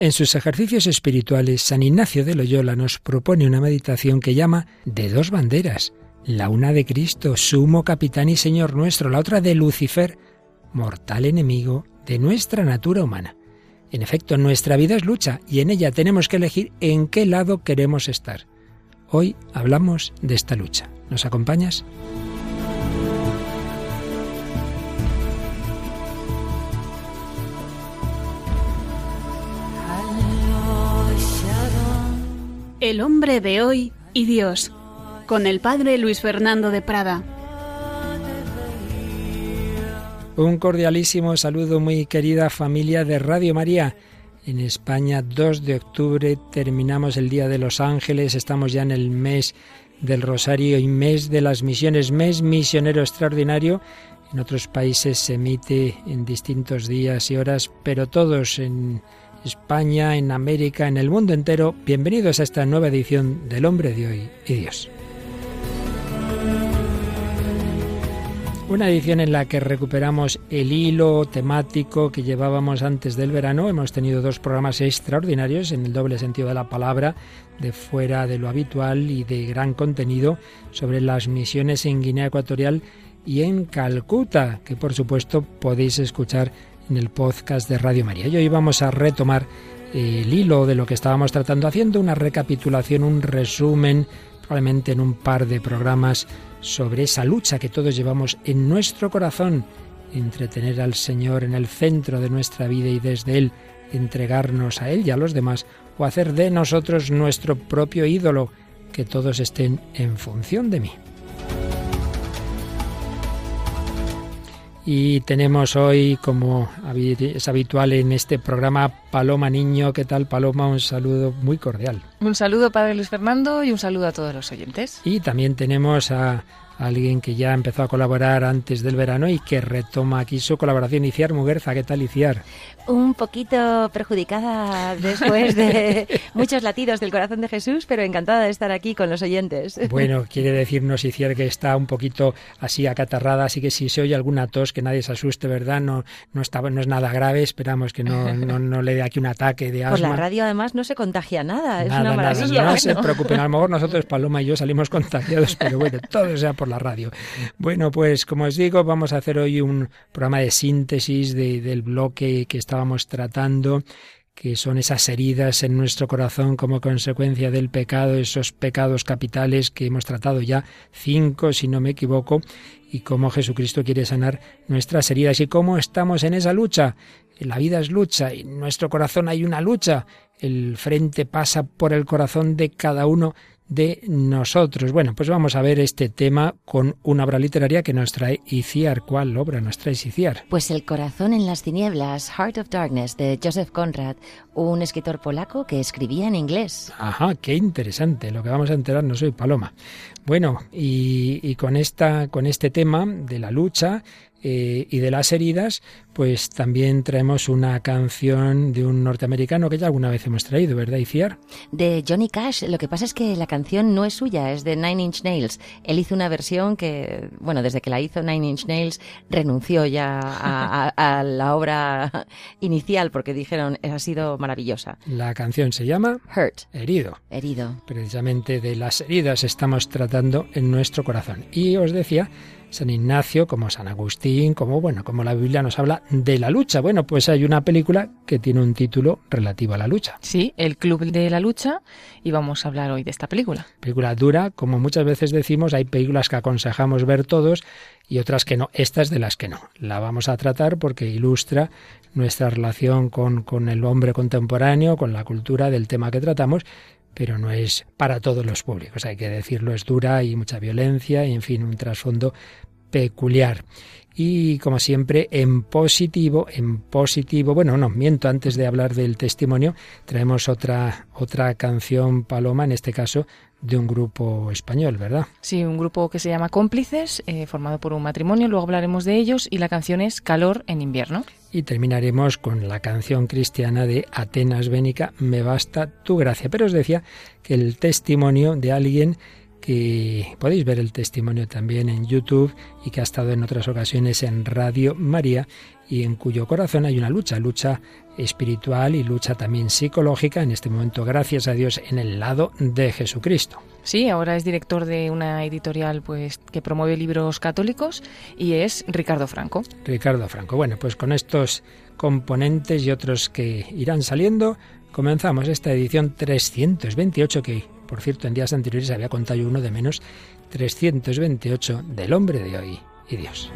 En sus ejercicios espirituales, San Ignacio de Loyola nos propone una meditación que llama de dos banderas, la una de Cristo, sumo capitán y Señor nuestro, la otra de Lucifer, mortal enemigo de nuestra natura humana. En efecto, nuestra vida es lucha y en ella tenemos que elegir en qué lado queremos estar. Hoy hablamos de esta lucha. ¿Nos acompañas? El hombre de hoy y Dios, con el padre Luis Fernando de Prada. Un cordialísimo saludo, muy querida familia de Radio María. En España, 2 de octubre, terminamos el Día de los Ángeles, estamos ya en el mes del Rosario y mes de las misiones, mes misionero extraordinario. En otros países se emite en distintos días y horas, pero todos en España, en América, en el mundo entero, bienvenidos a esta nueva edición del Hombre de Hoy y Dios. Una edición en la que recuperamos el hilo temático que llevábamos antes del verano. Hemos tenido 2 programas extraordinarios en el doble sentido de la palabra, de fuera de lo habitual y de gran contenido, sobre las misiones en Guinea Ecuatorial y en Calcuta, que por supuesto podéis escuchar en el podcast de Radio María. Y hoy vamos a retomar el hilo de lo que estábamos tratando, haciendo una recapitulación, un resumen, probablemente en un par de programas, sobre esa lucha que todos llevamos en nuestro corazón, entre tener al Señor en el centro de nuestra vida y desde Él entregarnos a Él y a los demás, o hacer de nosotros nuestro propio ídolo, que todos estén en función de mí. Y tenemos hoy, como es habitual en este programa, Paloma Niño. ¿Qué tal, Paloma? Un saludo muy cordial. Un saludo, padre Luis Fernando, y un saludo a todos los oyentes. Y también tenemos a alguien que ya empezó a colaborar antes del verano y que retoma aquí su colaboración, Iciar Muguerza. ¿Qué tal, Iciar? Un poquito perjudicada después de muchos latidos del corazón de Jesús, pero encantada de estar aquí con los oyentes. Bueno, quiere decirnos, Iciar, que está un poquito así acatarrada, así que si se oye alguna tos, que nadie se asuste, ¿verdad? No es nada grave, esperamos que no le dé aquí un ataque de asma. Por la radio además no se contagia nada, es nada, una maravilla. No se preocupen, a lo mejor nosotros, Paloma y yo, salimos contagiados, pero bueno, todo sea por la radio. Bueno, pues como os digo, vamos a hacer hoy un programa de síntesis del bloque que estábamos tratando, que son esas heridas en nuestro corazón como consecuencia del pecado, esos pecados capitales que hemos tratado ya 5, si no me equivoco, y cómo Jesucristo quiere sanar nuestras heridas y cómo estamos en esa lucha. La vida es lucha y en nuestro corazón hay una lucha. El frente pasa por el corazón de cada uno de nosotros. Bueno, pues vamos a ver este tema con una obra literaria que nos trae Iciar. ¿Cuál obra nos trae Iciar? Pues El corazón en las tinieblas, Heart of Darkness, de Joseph Conrad, un escritor polaco que escribía en inglés. Ajá, qué interesante, lo que vamos a enterarnos hoy, Paloma. Bueno, y con este tema de la lucha y de las heridas, pues también traemos una canción de un norteamericano que ya alguna vez hemos traído, ¿verdad, Iciar? De Johnny Cash. Lo que pasa es que la canción no es suya, es de Nine Inch Nails. Él hizo una versión que, bueno, desde que la hizo Nine Inch Nails, renunció ya a la obra inicial porque dijeron ha sido maravillosa. La canción se llama Hurt. Herido. Precisamente de las heridas estamos tratando en nuestro corazón. Y os decía, San Ignacio, como San Agustín, como la Biblia nos habla de la lucha. Bueno, pues hay una película que tiene un título relativo a la lucha. Sí, El Club de la Lucha, y vamos a hablar hoy de esta película. Película dura, como muchas veces decimos, hay películas que aconsejamos ver todos y otras que no. Esta es de las que no. La vamos a tratar porque ilustra nuestra relación con el hombre contemporáneo, con la cultura del tema que tratamos, pero no es para todos los públicos, hay que decirlo, es dura y mucha violencia y, en fin, un trasfondo peculiar. Y, como siempre, en positivo, bueno, no, miento, antes de hablar del testimonio, traemos otra canción, Paloma, en este caso, de un grupo español, ¿verdad? Sí, un grupo que se llama Cómplices, formado por un matrimonio, luego hablaremos de ellos, y la canción es Calor en invierno. Y terminaremos con la canción cristiana de Atenas Bénica, Me basta tu gracia. Pero os decía que el testimonio de alguien que podéis ver el testimonio también en YouTube y que ha estado en otras ocasiones en Radio María y en cuyo corazón hay una lucha espiritual y lucha también psicológica, en este momento, gracias a Dios, en el lado de Jesucristo. Sí, ahora es director de una editorial pues que promueve libros católicos y es Ricardo Franco. Ricardo Franco. Bueno, pues con estos componentes y otros que irán saliendo, comenzamos esta edición 328 que, por cierto, en días anteriores había contado yo uno de menos, 328 del hombre de hoy y Dios.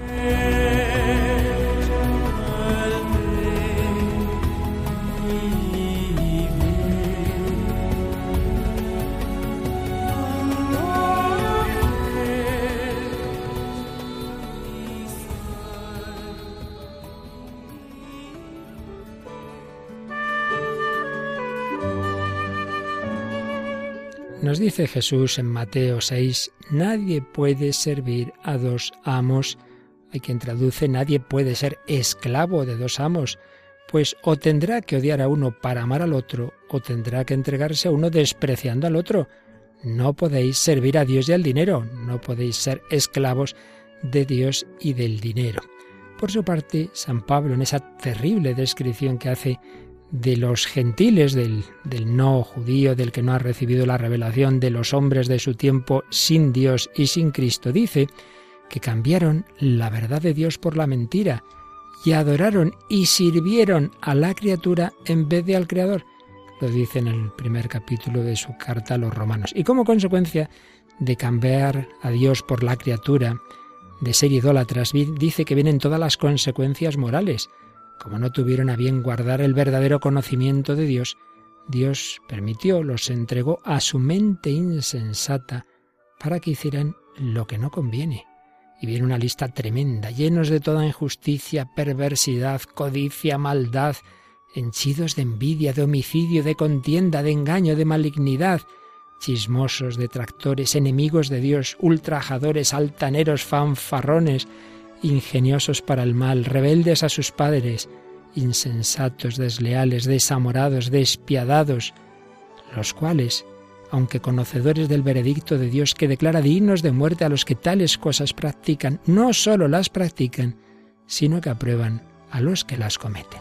Nos dice Jesús en Mateo 6, nadie puede servir a dos amos. Hay quien traduce, nadie puede ser esclavo de dos amos, pues o tendrá que odiar a uno para amar al otro, o tendrá que entregarse a uno despreciando al otro. No podéis servir a Dios y al dinero, no podéis ser esclavos de Dios y del dinero. Por su parte, San Pablo, en esa terrible descripción que hace de los gentiles, del no judío, del que no ha recibido la revelación, de los hombres de su tiempo sin Dios y sin Cristo, dice que cambiaron la verdad de Dios por la mentira y adoraron y sirvieron a la criatura en vez de al Creador. Lo dice en el primer capítulo de su carta a los romanos. Y como consecuencia de cambiar a Dios por la criatura, de ser idólatras, dice que vienen todas las consecuencias morales. Como no tuvieron a bien guardar el verdadero conocimiento de Dios, Dios permitió, los entregó a su mente insensata para que hicieran lo que no conviene. Y viene una lista tremenda, llenos de toda injusticia, perversidad, codicia, maldad, henchidos de envidia, de homicidio, de contienda, de engaño, de malignidad, chismosos, detractores, enemigos de Dios, ultrajadores, altaneros, fanfarrones, ingeniosos para el mal, rebeldes a sus padres, insensatos, desleales, desamorados, despiadados, los cuales, aunque conocedores del veredicto de Dios que declara dignos de muerte a los que tales cosas practican, no solo las practican, sino que aprueban a los que las cometen.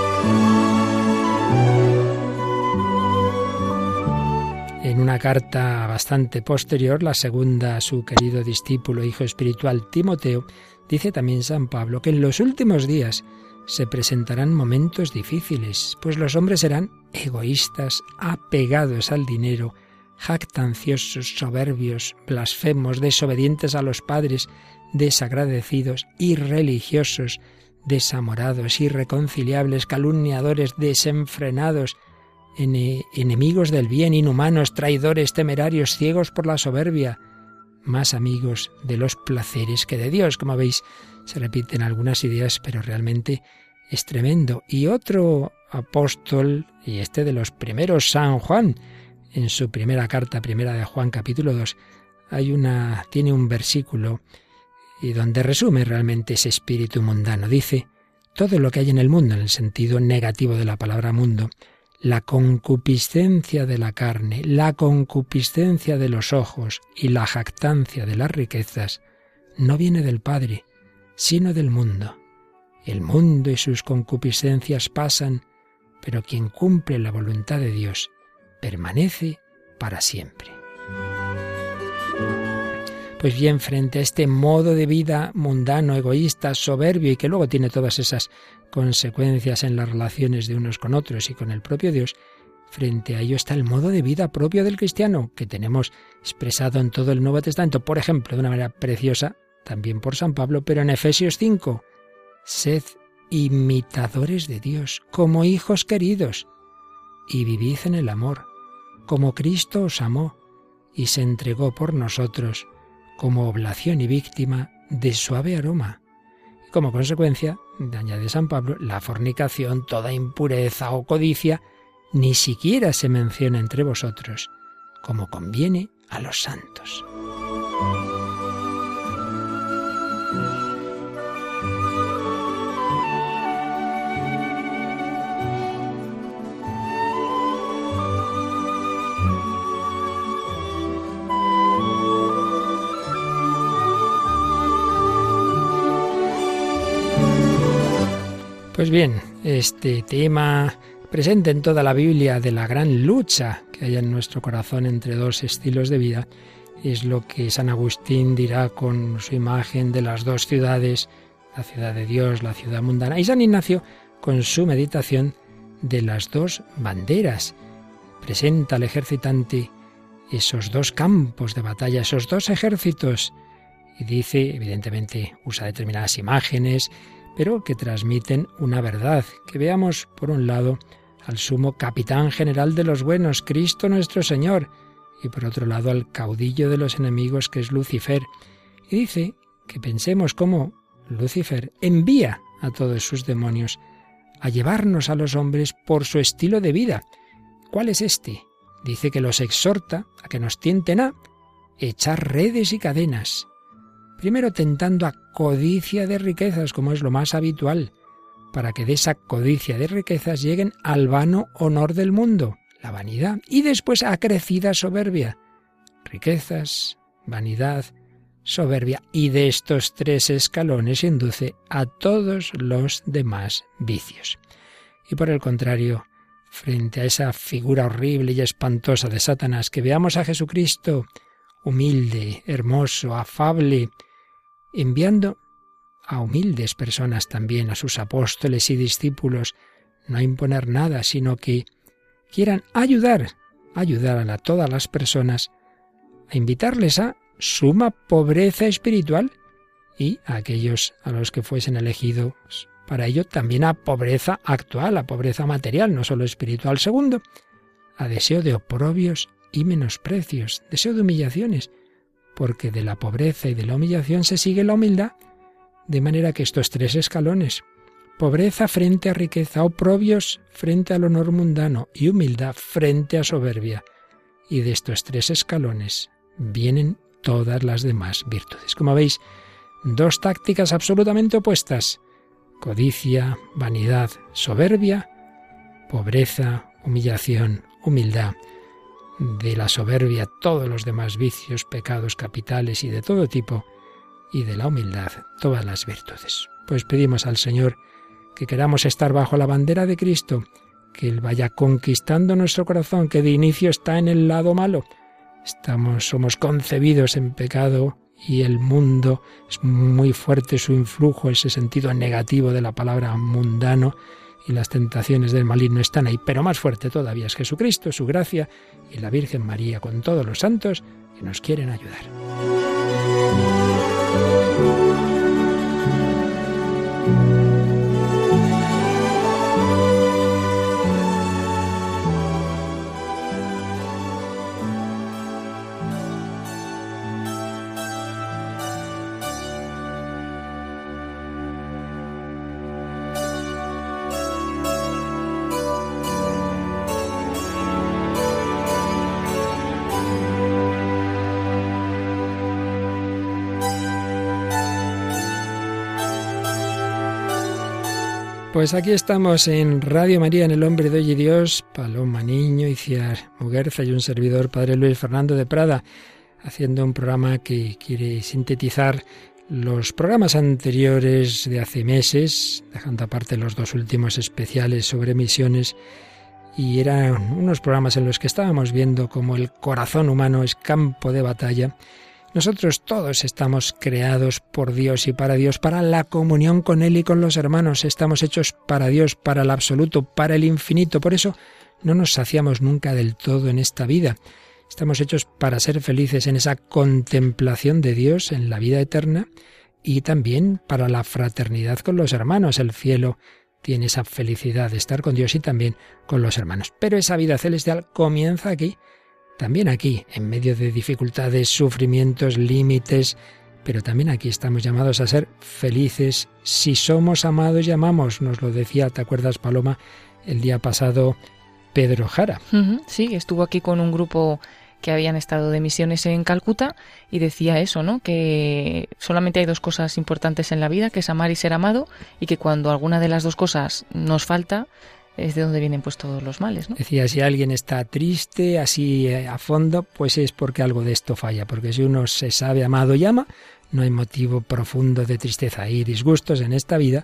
En una carta bastante posterior, la segunda a su querido discípulo, hijo espiritual Timoteo, dice también San Pablo que en los últimos días se presentarán momentos difíciles, pues los hombres serán egoístas, apegados al dinero, jactanciosos, soberbios, blasfemos, desobedientes a los padres, desagradecidos, irreligiosos, desamorados, irreconciliables, calumniadores, desenfrenados, enemigos del bien, inhumanos, traidores, temerarios, ciegos por la soberbia, más amigos de los placeres que de Dios. Como veis, se repiten algunas ideas, pero realmente es tremendo. Y otro apóstol, y este de los primeros, San Juan, en su primera carta, primera de Juan, capítulo 2, tiene un versículo y donde resume realmente ese espíritu mundano. Dice, todo lo que hay en el mundo, en el sentido negativo de la palabra mundo, la concupiscencia de la carne, la concupiscencia de los ojos y la jactancia de las riquezas, no viene del Padre, sino del mundo. El mundo y sus concupiscencias pasan, pero quien cumple la voluntad de Dios permanece para siempre. Pues bien, frente a este modo de vida mundano, egoísta, soberbio y que luego tiene todas esas consecuencias en las relaciones de unos con otros y con el propio Dios, frente a ello está el modo de vida propio del cristiano, que tenemos expresado en todo el Nuevo Testamento, por ejemplo, de una manera preciosa, también por San Pablo, pero en Efesios 5, sed imitadores de Dios, como hijos queridos, y vivid en el amor, como Cristo os amó y se entregó por nosotros, como oblación y víctima de suave aroma. Y como consecuencia, añade San Pablo, la fornicación, toda impureza o codicia, ni siquiera se menciona entre vosotros, como conviene a los santos. Pues bien, este tema presente en toda la Biblia de la gran lucha que hay en nuestro corazón entre dos estilos de vida es lo que San Agustín dirá con su imagen de las dos ciudades, la ciudad de Dios, la ciudad mundana, y San Ignacio con su meditación de las dos banderas. Presenta al ejercitante esos dos campos de batalla, esos dos ejércitos, y dice, evidentemente, usa determinadas imágenes, pero que transmiten una verdad. Que veamos, por un lado, al sumo capitán general de los buenos, Cristo nuestro Señor, y por otro lado al caudillo de los enemigos, que es Lucifer. Y dice que pensemos cómo Lucifer envía a todos sus demonios a llevarnos a los hombres por su estilo de vida. ¿Cuál es este? Dice que los exhorta a que nos tienten a echar redes y cadenas. Primero tentando a codicia de riquezas, como es lo más habitual, para que de esa codicia de riquezas lleguen al vano honor del mundo, la vanidad, y después a crecida soberbia. Riquezas, vanidad, soberbia, y de estos tres escalones induce a todos los demás vicios. Y por el contrario, frente a esa figura horrible y espantosa de Satanás, que veamos a Jesucristo humilde, hermoso, afable, enviando a humildes personas también, a sus apóstoles y discípulos, no a imponer nada, sino que quieran ayudar a todas las personas, a invitarles a suma pobreza espiritual y a aquellos a los que fuesen elegidos para ello también a pobreza actual, a pobreza material, no solo espiritual. Segundo, a deseo de oprobios y menosprecios, deseo de humillaciones, porque de la pobreza y de la humillación se sigue la humildad, de manera que estos tres escalones, pobreza frente a riqueza, oprobios frente al honor mundano y humildad frente a soberbia, y de estos tres escalones vienen todas las demás virtudes. Como veis, dos tácticas absolutamente opuestas: codicia, vanidad, soberbia, pobreza, humillación, humildad. De la soberbia todos los demás vicios, pecados capitales y de todo tipo, y de la humildad todas las virtudes. Pues pedimos al Señor que queramos estar bajo la bandera de Cristo, que Él vaya conquistando nuestro corazón, que de inicio está en el lado malo. Somos concebidos en pecado y el mundo es muy fuerte su influjo, ese sentido negativo de la palabra mundano, y las tentaciones del maligno están ahí, pero más fuerte todavía es Jesucristo, su gracia y la Virgen María con todos los santos que nos quieren ayudar. Pues aquí estamos en Radio María, en El Hombre de Hoy y Dios, Paloma Niño, Iciar Muguerza y un servidor, Padre Luis Fernando de Prada, haciendo un programa que quiere sintetizar los programas anteriores de hace meses, dejando aparte los dos últimos especiales sobre misiones, y eran unos programas en los que estábamos viendo cómo el corazón humano es campo de batalla. Nosotros todos estamos creados por Dios y para Dios, para la comunión con Él y con los hermanos. Estamos hechos para Dios, para el absoluto, para el infinito. Por eso no nos saciamos nunca del todo en esta vida. Estamos hechos para ser felices en esa contemplación de Dios en la vida eterna y también para la fraternidad con los hermanos. El cielo tiene esa felicidad de estar con Dios y también con los hermanos. Pero esa vida celestial comienza aquí. También aquí, en medio de dificultades, sufrimientos, límites, pero también aquí estamos llamados a ser felices si somos amados y amamos. Nos lo decía, ¿te acuerdas, Paloma, el día pasado Pedro Jara? Sí, estuvo aquí con un grupo que habían estado de misiones en Calcuta y decía eso, ¿no? Que solamente hay dos cosas importantes en la vida, que es amar y ser amado, y que cuando alguna de las dos cosas nos falta, es de donde vienen pues todos los males, ¿no? Decía, si alguien está triste, así a fondo, pues es porque algo de esto falla, porque si uno se sabe amado y ama, no hay motivo profundo de tristeza. Hay disgustos en esta vida,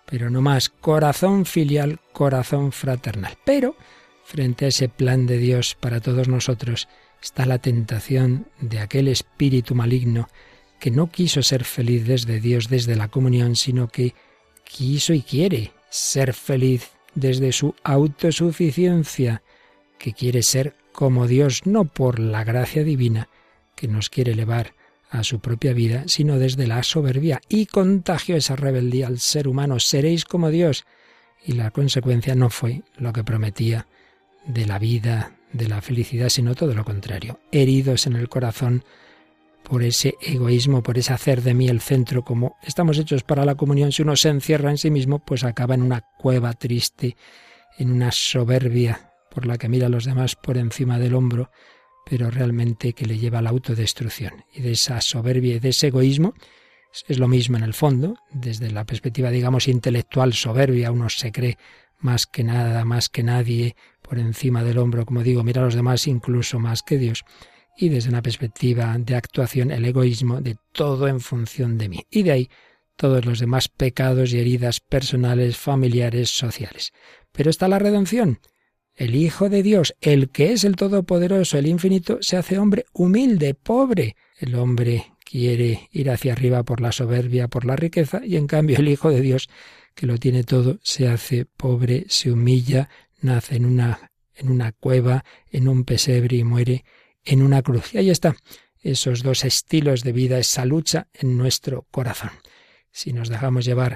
pero no más. Corazón filial, corazón fraternal. Pero frente a ese plan de Dios para todos nosotros está la tentación de aquel espíritu maligno que no quiso ser feliz desde Dios, desde la comunión, sino que quiso y quiere ser feliz desde su autosuficiencia, que quiere ser como Dios, no por la gracia divina que nos quiere elevar a su propia vida, sino desde la soberbia, y contagió esa rebeldía al ser humano. Seréis como Dios. Y la consecuencia no fue lo que prometía de la vida, de la felicidad, sino todo lo contrario. Heridos en el corazón por ese egoísmo, por ese hacer de mí el centro, como estamos hechos para la comunión. Si uno se encierra en sí mismo, pues acaba en una cueva triste, en una soberbia por la que mira a los demás por encima del hombro, pero realmente que le lleva a la autodestrucción. Y de esa soberbia y de ese egoísmo es lo mismo en el fondo. Desde la perspectiva, digamos, intelectual, soberbia, uno se cree más que nada, más que nadie, por encima del hombro, como digo, mira a los demás incluso más que Dios. Y desde una perspectiva de actuación, el egoísmo de todo en función de mí. Y de ahí todos los demás pecados y heridas personales, familiares, sociales. Pero está la redención. El Hijo de Dios, el que es el Todopoderoso, el Infinito, se hace hombre humilde, pobre. El hombre quiere ir hacia arriba por la soberbia, por la riqueza, y en cambio el Hijo de Dios, que lo tiene todo, se hace pobre, se humilla, nace en una cueva, en un pesebre y muere en una cruz. Y ahí está, esos dos estilos de vida, esa lucha en nuestro corazón. Si nos dejamos llevar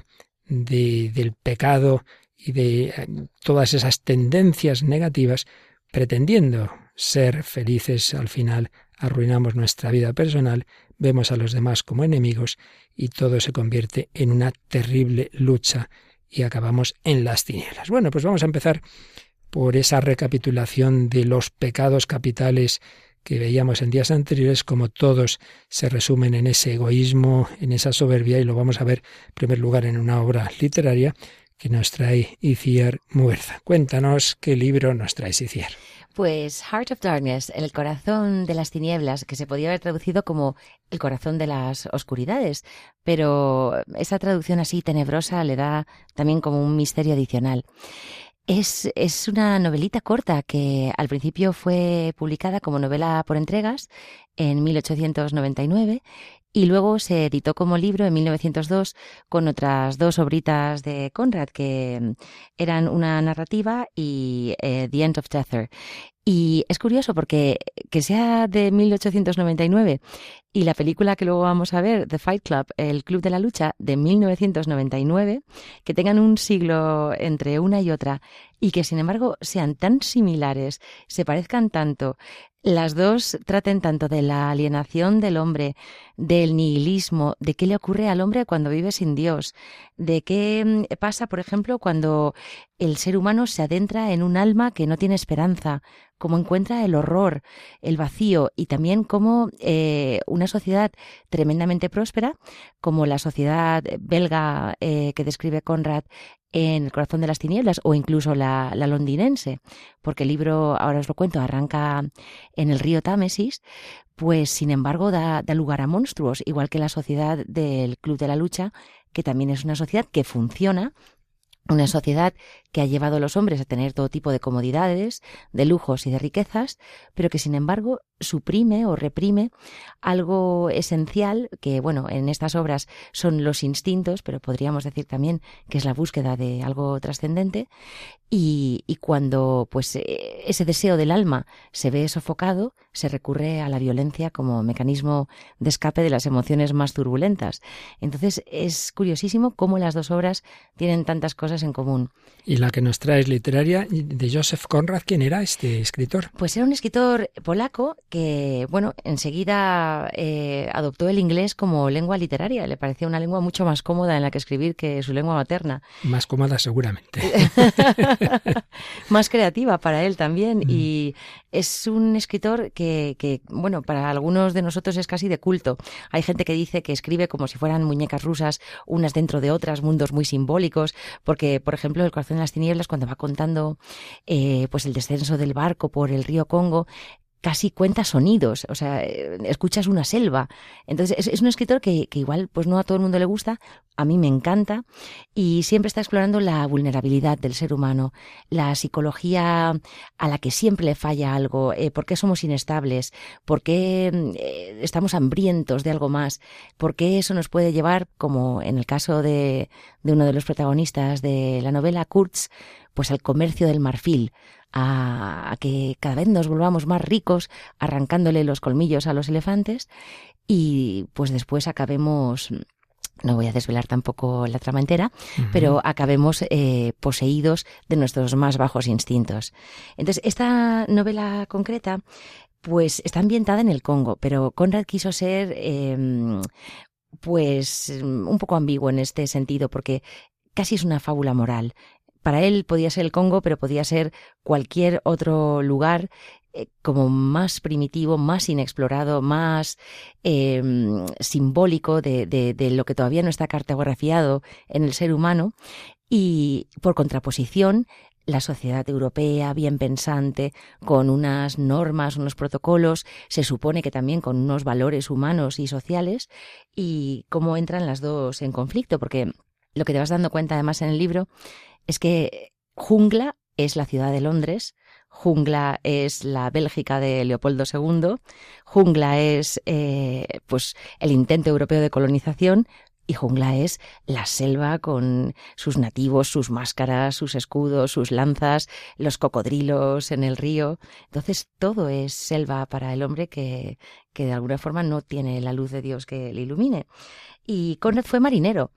del pecado y de todas esas tendencias negativas, pretendiendo ser felices, al final arruinamos nuestra vida personal, vemos a los demás como enemigos y todo se convierte en una terrible lucha y acabamos en las tinieblas. Bueno, pues vamos a empezar por esa recapitulación de los pecados capitales que veíamos en días anteriores, como todos se resumen en ese egoísmo, en esa soberbia, y lo vamos a ver en primer lugar en una obra literaria que nos trae Itziar Muguerza. Cuéntanos qué libro nos traes, Itziar. Pues Heart of Darkness, el corazón de las tinieblas, que se podía haber traducido como el corazón de las oscuridades, pero esa traducción así tenebrosa le da también como un misterio adicional. Es una novelita corta que al principio fue publicada como novela por entregas en 1899 y luego se editó como libro en 1902 con otras dos obritas de Conrad que eran una narrativa y The End of Tether. Y es curioso porque que sea de 1899 y la película que luego vamos a ver, The Fight Club, el Club de la Lucha, de 1999, que tengan un siglo entre una y otra y que sin embargo sean tan similares, se parezcan tanto, las dos traten tanto de la alienación del hombre, del nihilismo, de qué le ocurre al hombre cuando vive sin Dios, de qué pasa, por ejemplo, cuando el ser humano se adentra en un alma que no tiene esperanza, cómo encuentra el horror, el vacío y también cómo una sociedad tremendamente próspera, como la sociedad belga que describe Conrad en El corazón de las tinieblas o incluso la londinense, porque el libro, ahora os lo cuento, arranca en el río Támesis, pues sin embargo da lugar a monstruos, igual que la sociedad del Club de la Lucha, que también es una sociedad que funciona, una sociedad que ha llevado a los hombres a tener todo tipo de comodidades, de lujos y de riquezas, pero que sin embargo suprime o reprime algo esencial que, bueno, en estas obras son los instintos, pero podríamos decir también que es la búsqueda de algo trascendente, y cuando pues ese deseo del alma se ve sofocado, se recurre a la violencia como mecanismo de escape de las emociones más turbulentas. Entonces es curiosísimo cómo las dos obras tienen tantas cosas en común. Y la que nos traes literaria de Joseph Conrad, ¿quién era este escritor? Pues era un escritor polaco que, bueno, enseguida adoptó el inglés como lengua literaria. Le parecía una lengua mucho más cómoda en la que escribir que su lengua materna. Más cómoda seguramente. Más creativa para él también. Y es un escritor que, bueno, para algunos de nosotros es casi de culto. Hay gente que dice que escribe como si fueran muñecas rusas, unas dentro de otras, mundos muy simbólicos, porque, por ejemplo, El corazón de las tinieblas, cuando va contando pues el descenso del barco por el río Congo, casi cuenta sonidos, o sea, escuchas una selva. Entonces es un escritor que igual pues no a todo el mundo le gusta, a mí me encanta, y siempre está explorando la vulnerabilidad del ser humano, la psicología a la que siempre le falla algo, por qué somos inestables, por qué estamos hambrientos de algo más, por qué eso nos puede llevar, como en el caso de uno de los protagonistas de la novela, Kurtz, pues al comercio del marfil, a que cada vez nos volvamos más ricos arrancándole los colmillos a los elefantes y pues después acabemos, no voy a desvelar tampoco la trama entera, pero acabemos poseídos de nuestros más bajos instintos. Entonces, esta novela concreta pues está ambientada en el Congo, pero Conrad quiso ser pues un poco ambiguo en este sentido, porque casi es una fábula moral. Para él podía ser el Congo, pero podía ser cualquier otro lugar como más primitivo, más inexplorado, más simbólico de lo que todavía no está cartografiado en el ser humano. Y por contraposición, la sociedad europea, bien pensante, con unas normas, unos protocolos, se supone que también con unos valores humanos y sociales, y cómo entran las dos en conflicto, porque lo que te vas dando cuenta además en el libro es que Jungla es la ciudad de Londres, Jungla es la Bélgica de Leopoldo II, Jungla es pues el intento europeo de colonización, y Jungla es la selva con sus nativos, sus máscaras, sus escudos, sus lanzas, los cocodrilos en el río. Entonces todo es selva para el hombre que de alguna forma no tiene la luz de Dios que le ilumine. Y Conrad fue marinero.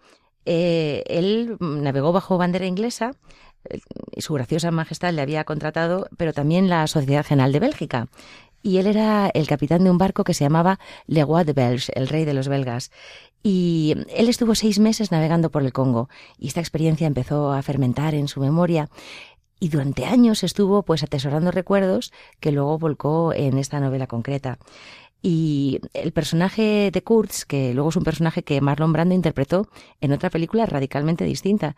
Él navegó bajo bandera inglesa, su graciosa majestad le había contratado, pero también la Sociedad General de Bélgica. Y él era el capitán de un barco que se llamaba Le Roi de Belge, el rey de los belgas. Y él estuvo 6 meses navegando por el Congo, y esta experiencia empezó a fermentar en su memoria. Y durante años estuvo pues atesorando recuerdos que luego volcó en esta novela concreta. Y el personaje de Kurtz, que luego es un personaje que Marlon Brando interpretó en otra película radicalmente distinta,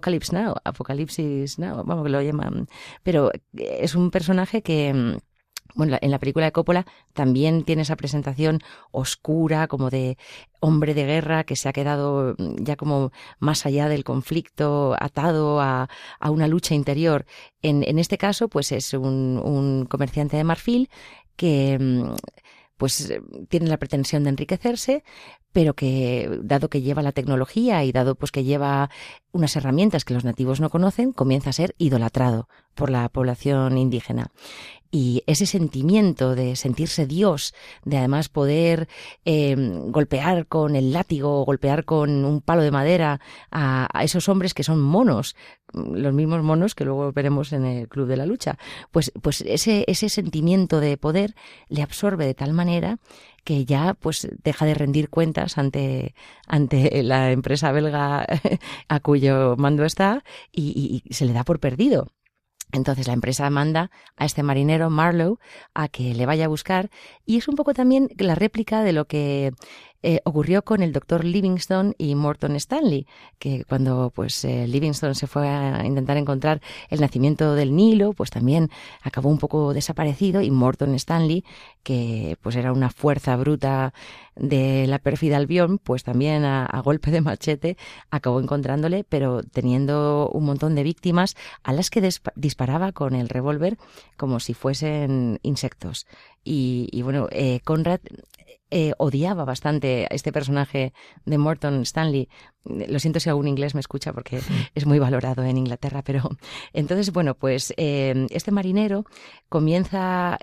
Apocalipsis Now, vamos que lo llaman, pero es un personaje que, bueno, en la película de Coppola también tiene esa presentación oscura, como de hombre de guerra que se ha quedado ya como más allá del conflicto, atado a una lucha interior. En este caso, pues es un comerciante de marfil que pues tiene la pretensión de enriquecerse, pero que, dado que lleva la tecnología y dado pues que lleva unas herramientas que los nativos no conocen, comienza a ser idolatrado por la población indígena. Y ese sentimiento de sentirse Dios, de además poder golpear con el látigo o golpear con un palo de madera a esos hombres que son monos, los mismos monos que luego veremos en el Club de la Lucha, pues ese sentimiento de poder le absorbe de tal manera que ya pues deja de rendir cuentas ante la empresa belga a cuyo mando está y se le da por perdido. Entonces la empresa manda a este marinero, Marlowe, a que le vaya a buscar, y es un poco también la réplica de lo que ocurrió con el doctor Livingstone y Morton Stanley, que cuando pues Livingstone se fue a intentar encontrar el nacimiento del Nilo, pues también acabó un poco desaparecido, y Morton Stanley, que pues era una fuerza bruta de la pérfida Albión, pues también a golpe de machete acabó encontrándole, pero teniendo un montón de víctimas a las que disparaba con el revólver como si fuesen insectos. Y bueno, Conrad odiaba bastante a este personaje de Morton Stanley. Lo siento si algún inglés me escucha porque es muy valorado en Inglaterra, pero entonces, bueno, pues este marinero comienza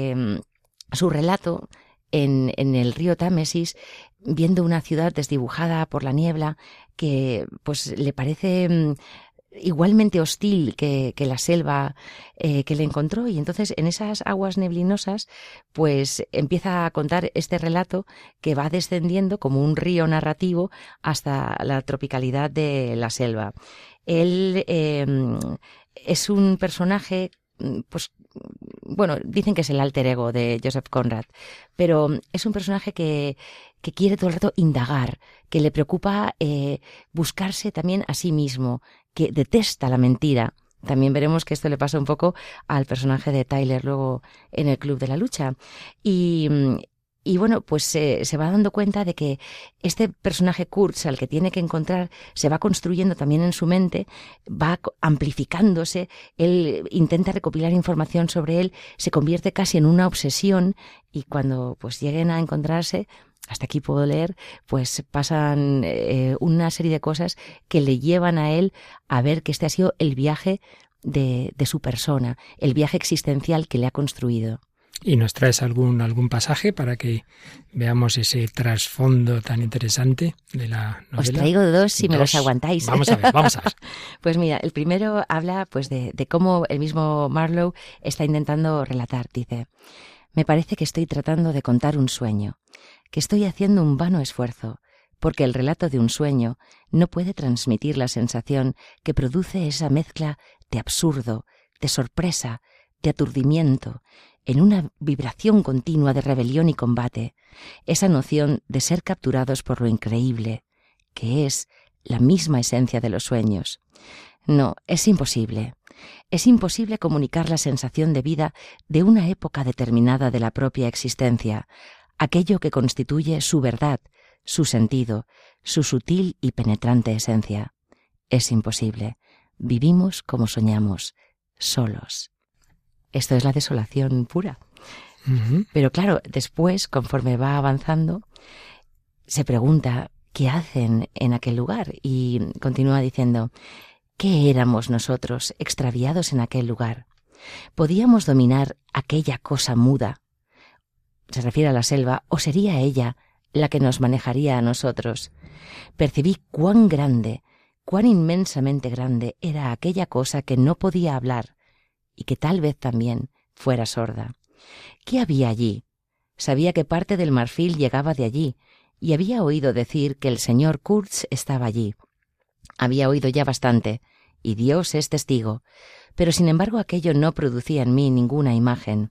su relato en el río Támesis, viendo una ciudad desdibujada por la niebla que pues le parece igualmente hostil que la selva que le encontró, y entonces en esas aguas neblinosas pues empieza a contar este relato que va descendiendo como un río narrativo hasta la tropicalidad de la selva. Él es un personaje, pues bueno, dicen que es el alter ego de Joseph Conrad, pero es un personaje que quiere todo el rato indagar, que le preocupa buscarse también a sí mismo, que detesta la mentira, También veremos que esto le pasa un poco al personaje de Tyler luego en el Club de la Lucha. Y bueno, pues se va dando cuenta de que este personaje Kurtz al que tiene que encontrar se va construyendo también en su mente, va amplificándose, él intenta recopilar información sobre él, se convierte casi en una obsesión y cuando pues lleguen a encontrarse, hasta aquí puedo leer, pues pasan una serie de cosas que le llevan a él a ver que este ha sido el viaje de su persona, el viaje existencial que le ha construido. ¿Y nos traes algún pasaje para que veamos ese trasfondo tan interesante de la novela? Os traigo dos si me los aguantáis. Vamos a ver. Pues mira, el primero habla pues de cómo el mismo Marlowe está intentando relatar. Dice: me parece que estoy tratando de contar un sueño, que estoy haciendo un vano esfuerzo, porque el relato de un sueño no puede transmitir la sensación que produce esa mezcla de absurdo, de sorpresa, de aturdimiento, en una vibración continua de rebelión y combate, esa noción de ser capturados por lo increíble, que es la misma esencia de los sueños. No, es imposible. Es imposible comunicar la sensación de vida de una época determinada de la propia existencia, aquello que constituye su verdad, su sentido, su sutil y penetrante esencia. Es imposible. Vivimos como soñamos, solos. Esto es la desolación pura. Uh-huh. Pero claro, después, conforme va avanzando, se pregunta qué hacen en aquel lugar y continúa diciendo: ¿qué éramos nosotros extraviados en aquel lugar? ¿Podíamos dominar aquella cosa muda? Se refiere a la selva, ¿o sería ella la que nos manejaría a nosotros? Percibí cuán grande, cuán inmensamente grande era aquella cosa que no podía hablar y que tal vez también fuera sorda. ¿Qué había allí? Sabía que parte del marfil llegaba de allí y había oído decir que el señor Kurtz estaba allí. Había oído ya bastante, y Dios es testigo, pero sin embargo aquello no producía en mí ninguna imagen.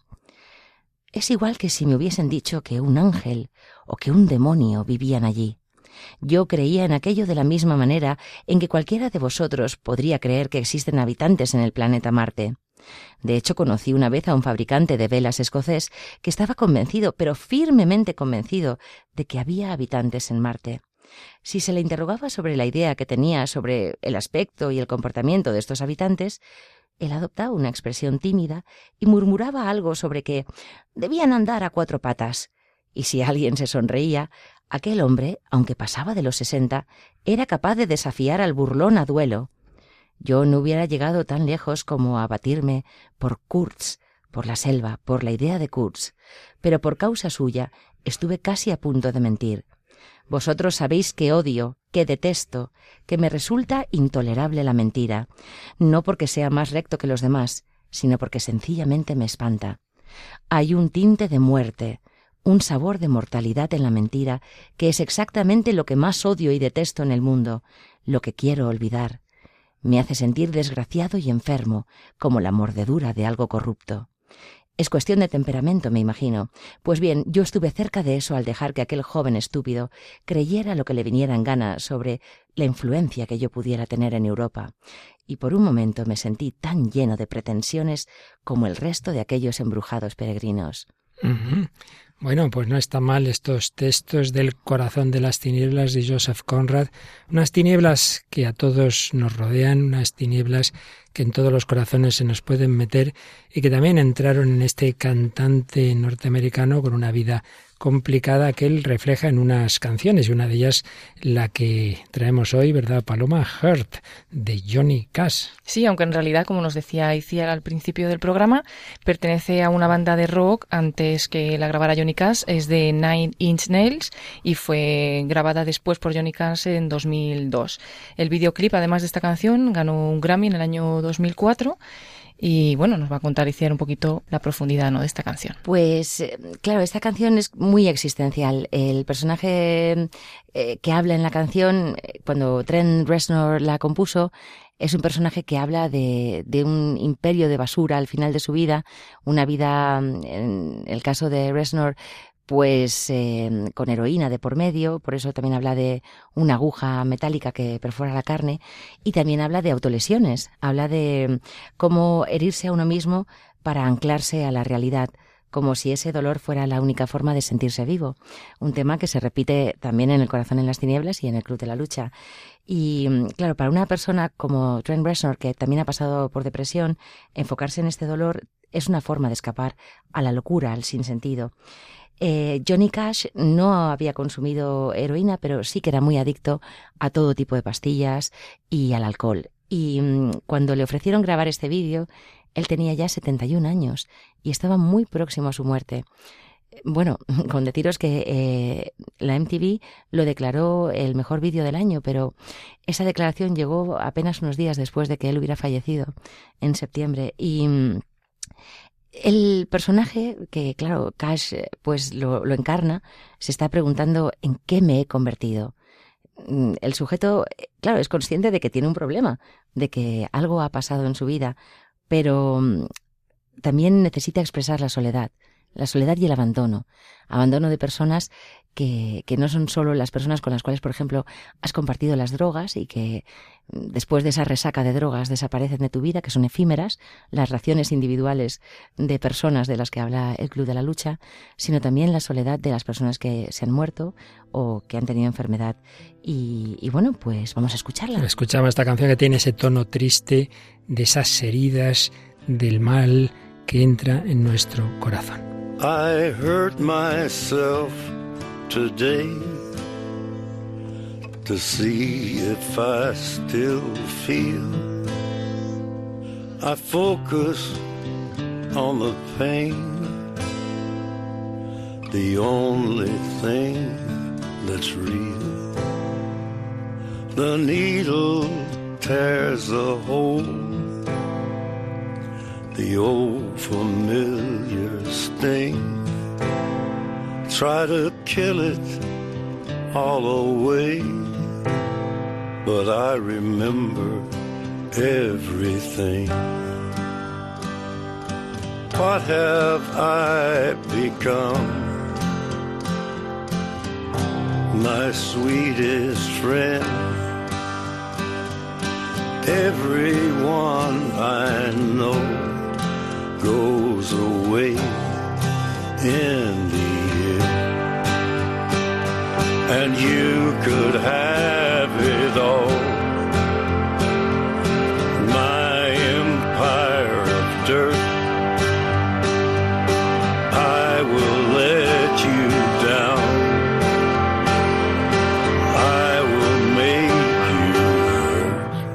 Es igual que si me hubiesen dicho que un ángel o que un demonio vivían allí. Yo creía en aquello de la misma manera en que cualquiera de vosotros podría creer que existen habitantes en el planeta Marte. De hecho, conocí una vez a un fabricante de velas escocés que estaba convencido, pero firmemente convencido, de que había habitantes en Marte. Si se le interrogaba sobre la idea que tenía sobre el aspecto y el comportamiento de estos habitantes, él adoptaba una expresión tímida y murmuraba algo sobre que debían andar a 4 patas. Y si alguien se sonreía, aquel hombre, aunque pasaba de los 60, era capaz de desafiar al burlón a duelo. Yo no hubiera llegado tan lejos como a batirme por Kurtz, por la selva, por la idea de Kurtz, pero por causa suya estuve casi a punto de mentir. Vosotros sabéis que odio, que detesto, que me resulta intolerable la mentira, no porque sea más recto que los demás, sino porque sencillamente me espanta. Hay un tinte de muerte, un sabor de mortalidad en la mentira, que es exactamente lo que más odio y detesto en el mundo, lo que quiero olvidar. Me hace sentir desgraciado y enfermo, como la mordedura de algo corrupto. Es cuestión de temperamento, me imagino. Pues bien, yo estuve cerca de eso al dejar que aquel joven estúpido creyera lo que le viniera en gana sobre la influencia que yo pudiera tener en Europa. Y por un momento me sentí tan lleno de pretensiones como el resto de aquellos embrujados peregrinos. Uh-huh. Bueno, pues no está mal estos textos del Corazón de las tinieblas de Joseph Conrad, unas tinieblas que a todos nos rodean, unas tinieblas que en todos los corazones se nos pueden meter y que también entraron en este cantante norteamericano con una vida complicada que él refleja en unas canciones, y una de ellas la que traemos hoy, ¿verdad, Paloma? Hurt, de Johnny Cash. Sí, aunque en realidad, como nos decía Iciar al principio del programa, pertenece a una banda de rock antes que la grabara Johnny Cash, es de Nine Inch Nails y fue grabada después por Johnny Cash en 2002. El videoclip, además de esta canción, ganó un Grammy en el año 2004. Y bueno, nos va a contar Iciar un poquito la profundidad, ¿no?, de esta canción. Pues claro, esta canción es muy existencial. El personaje que habla en la canción, cuando Trent Reznor la compuso, es un personaje que habla de un imperio de basura al final de su vida, una vida, en el caso de Reznor, pues con heroína de por medio, por eso también habla de una aguja metálica que perfora la carne, y también habla de autolesiones, habla de cómo herirse a uno mismo para anclarse a la realidad, como si ese dolor fuera la única forma de sentirse vivo. Un tema que se repite también en El corazón en las tinieblas y en El club de la lucha. Y claro, para una persona como Trent Reznor, que también ha pasado por depresión, enfocarse en este dolor es una forma de escapar a la locura, al sinsentido. Johnny Cash no había consumido heroína, pero sí que era muy adicto a todo tipo de pastillas y al alcohol. Y cuando le ofrecieron grabar este vídeo, él tenía ya 71 años y estaba muy próximo a su muerte. Bueno, con deciros que la MTV lo declaró el mejor vídeo del año, pero esa declaración llegó apenas unos días después de que él hubiera fallecido, en septiembre. Y el personaje, que claro, Cash pues lo encarna, se está preguntando ¿en qué me he convertido? El sujeto, claro, es consciente de que tiene un problema, de que algo ha pasado en su vida, pero también necesita expresar la soledad y el abandono de personas que no son solo las personas con las cuales, por ejemplo, has compartido las drogas y que después de esa resaca de drogas desaparecen de tu vida, que son efímeras, las raciones individuales de personas de las que habla el Club de la Lucha, sino también la soledad de las personas que se han muerto o que han tenido enfermedad. Y bueno, pues vamos a escucharla. Escuchaba esta canción que tiene ese tono triste de esas heridas del mal que entra en nuestro corazón. I hurt myself today to see if I still feel. I focus on the pain, the only thing that's real. The needle tears a hole, the old familiar sting. Try to kill it all away, but I remember everything. What have I become? My sweetest friend. Everyone I know goes away in the end, and you could have it all. My empire of dirt, I will let you down. I will make you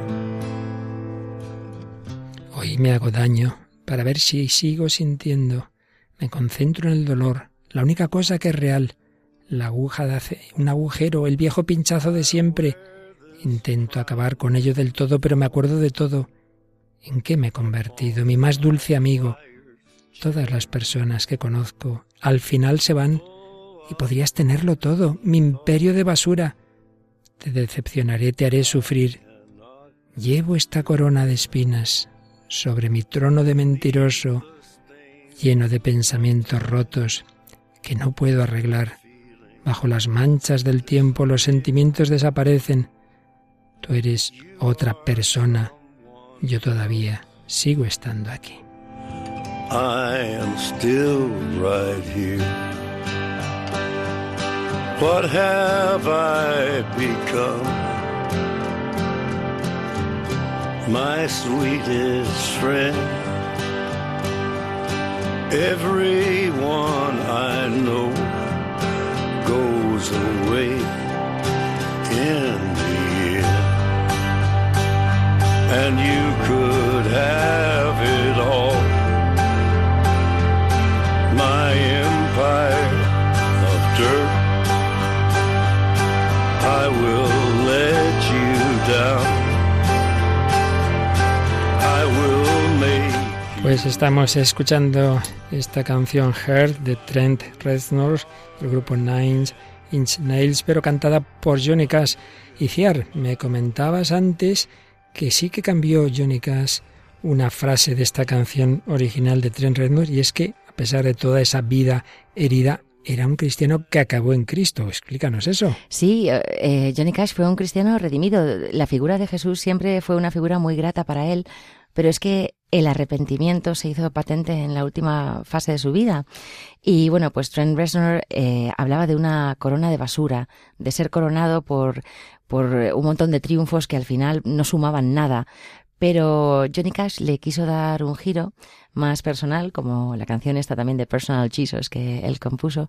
hurt. Hoy me hago daño para ver si sigo sintiendo. Me concentro en el dolor, la única cosa que es real. La aguja hace un agujero, el viejo pinchazo de siempre. Intento acabar con ello del todo, pero me acuerdo de todo. ¿En qué me he convertido? Mi más dulce amigo. Todas las personas que conozco al final se van y podrías tenerlo todo. Mi imperio de basura. Te decepcionaré, te haré sufrir. Llevo esta corona de espinas sobre mi trono de mentiroso, lleno de pensamientos rotos que no puedo arreglar. Bajo las manchas del tiempo los sentimientos desaparecen. Tú eres otra persona. Yo todavía sigo estando aquí. I am still right here. What have I become? My sweetest friend. Everyone I know goes away in the end, and you could have it all. My empire of dirt, I will let you down. I will make. Pues estamos escuchando esta canción Hurt de Trent Reznor, el grupo Nine Inch Nails, pero cantada por Johnny Cash. Y Ciar, me comentabas antes que sí que cambió Johnny Cash una frase de esta canción original de Trent Reznor, y es que a pesar de toda esa vida herida, era un cristiano que acabó en Cristo. Explícanos eso. Sí, Johnny Cash fue un cristiano redimido. La figura de Jesús siempre fue una figura muy grata para él, pero es que el arrepentimiento se hizo patente en la última fase de su vida. Y bueno, pues Trent Reznor hablaba de una corona de basura, de ser coronado por un montón de triunfos que al final no sumaban nada. Pero Johnny Cash le quiso dar un giro más personal, como la canción esta también de Personal Jesus que él compuso,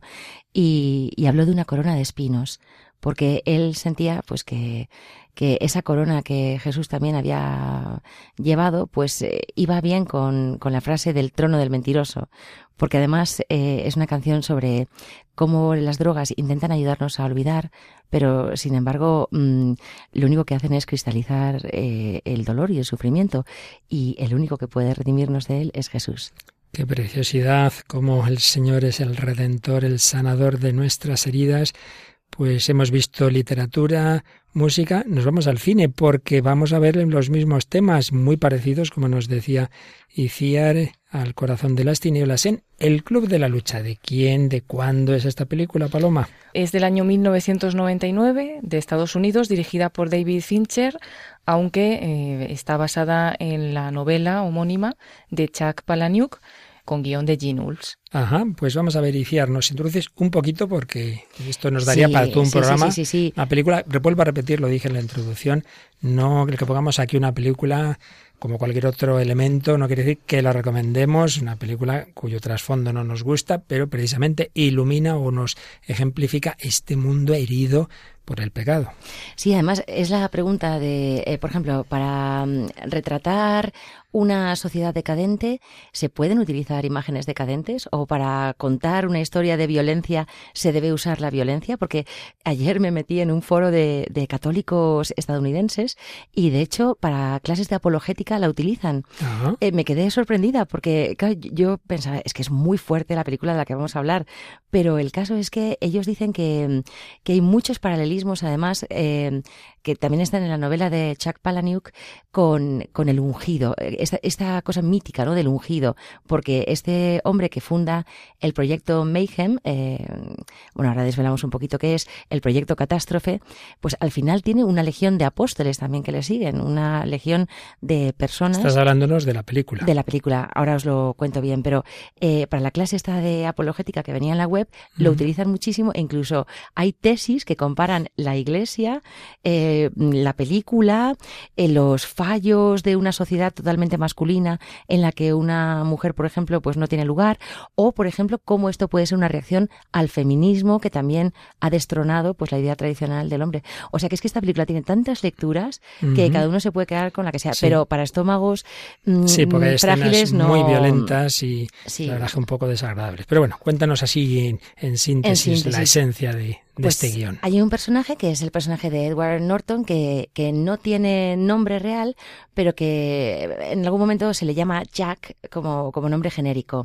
y habló de una corona de espinos, porque él sentía pues que esa corona que Jesús también había llevado, pues iba bien con la frase del trono del mentiroso, porque además es una canción sobre cómo las drogas intentan ayudarnos a olvidar, pero sin embargo lo único que hacen es cristalizar el dolor y el sufrimiento, y el único que puede redimirnos de él es Jesús. Qué preciosidad, cómo el Señor es el Redentor, el sanador de nuestras heridas. Pues hemos visto literatura, música, nos vamos al cine porque vamos a ver los mismos temas muy parecidos, como nos decía Iciar, al corazón de las tinieblas en El Club de la Lucha. ¿De quién, de cuándo es esta película, Paloma? Es del año 1999, de Estados Unidos, dirigida por David Fincher, aunque está basada en la novela homónima de Chuck Palahniuk, con guión de Gene Ulz. Ajá, pues vamos a verificar. Nos introduces un poquito porque esto nos daría para todo un programa. Sí. Una película, vuelvo a repetir, lo dije en la introducción, no el que pongamos aquí una película como cualquier otro elemento no quiere decir que la recomendemos, una película cuyo trasfondo no nos gusta, pero precisamente ilumina o nos ejemplifica este mundo herido por el pecado. Sí, además es la pregunta de, por ejemplo, para retratar una sociedad decadente, ¿se pueden utilizar imágenes decadentes? ¿O para contar una historia de violencia se debe usar la violencia? Porque ayer me metí en un foro de católicos estadounidenses y de hecho para clases de apologética la utilizan. Me quedé sorprendida porque claro, yo pensaba, es que es muy fuerte la película de la que vamos a hablar, pero el caso es que ellos dicen que hay muchos paralelismos además que también están en la novela de Chuck Palahniuk con el ungido, esta cosa mítica, ¿no?, del ungido, porque este hombre que funda el proyecto Mayhem, bueno, ahora desvelamos un poquito qué es el proyecto Catástrofe, pues al final tiene una legión de apóstoles también que le siguen, una legión de personas. Estás hablándonos de la película. De la película, ahora os lo cuento bien, pero para la clase esta de apologética que venía en la web, lo utilizan muchísimo e incluso hay tesis que comparan la Iglesia, la película, los fallos de una sociedad totalmente masculina en la que una mujer, por ejemplo, pues no tiene lugar, o por ejemplo, cómo esto puede ser una reacción al feminismo que también ha destronado pues la idea tradicional del hombre. O sea que es que esta película tiene tantas lecturas que cada uno se puede quedar con la que sea, pero para estómagos porque hay frágiles no, muy violentas y la verdad que un poco desagradables. Pero bueno, cuéntanos así en síntesis la esencia de este guión. Hay un personaje que es el personaje de Edward Norton que no tiene nombre real, pero que en algún momento se le llama Jack como nombre genérico.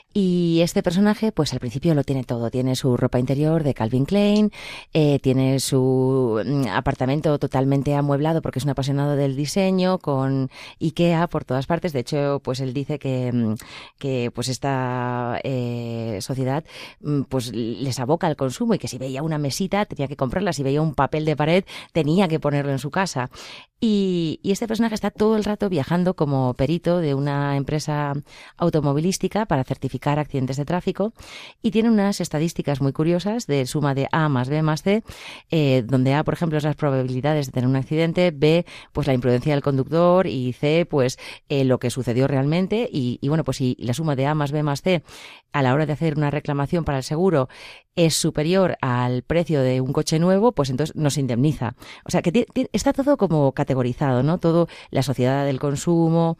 Y este personaje, pues al principio lo tiene todo. Tiene su ropa interior de Calvin Klein, tiene su apartamento totalmente amueblado porque es un apasionado del diseño, con IKEA por todas partes. De hecho, pues él dice que pues esta sociedad pues les aboca al consumo y que si veía una mesita tenía que comprarla, si veía un papel de pared tenía que ponerlo en su casa. Y este personaje está todo el rato viajando como perito de una empresa automovilística para certificar accidentes de tráfico y tiene unas estadísticas muy curiosas de suma de A más B más C, donde A, por ejemplo, es las probabilidades de tener un accidente, B, pues la imprudencia del conductor y C, pues lo que sucedió realmente y bueno, pues si la suma de A más B más C a la hora de hacer una reclamación para el seguro es superior al precio de un coche nuevo, pues entonces no se indemniza. O sea, que está todo como categorizado, ¿no? Todo la sociedad del consumo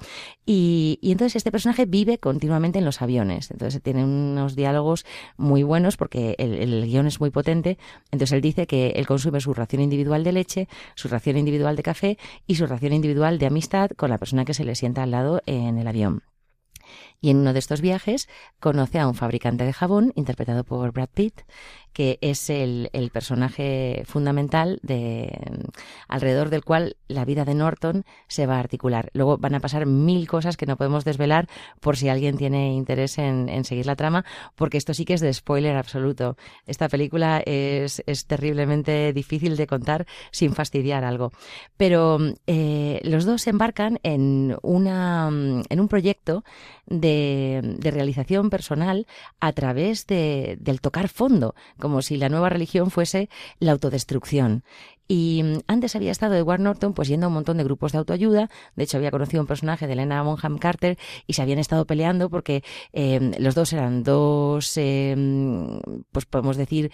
y entonces este personaje vive continuamente en los aviones. Entonces tiene unos diálogos muy buenos porque el guión es muy potente. Entonces él dice que él consume su ración individual de leche, su ración individual de café y su ración individual de amistad con la persona que se le sienta al lado en el avión. Y en uno de estos viajes conoce a un fabricante de jabón, interpretado por Brad Pitt, que es el personaje fundamental alrededor del cual la vida de Norton se va a articular. Luego van a pasar 1000 cosas que no podemos desvelar por si alguien tiene interés en seguir la trama, porque esto sí que es de spoiler absoluto. Esta película es terriblemente difícil de contar sin fastidiar algo. Pero los dos se embarcan en un proyecto de realización personal a través del tocar fondo, como si la nueva religión fuese la autodestrucción. Y antes había estado Edward Norton pues yendo a un montón de grupos de autoayuda. De hecho, había conocido un personaje de Helena Bonham Carter y se habían estado peleando porque los dos eran dos, pues podemos decir,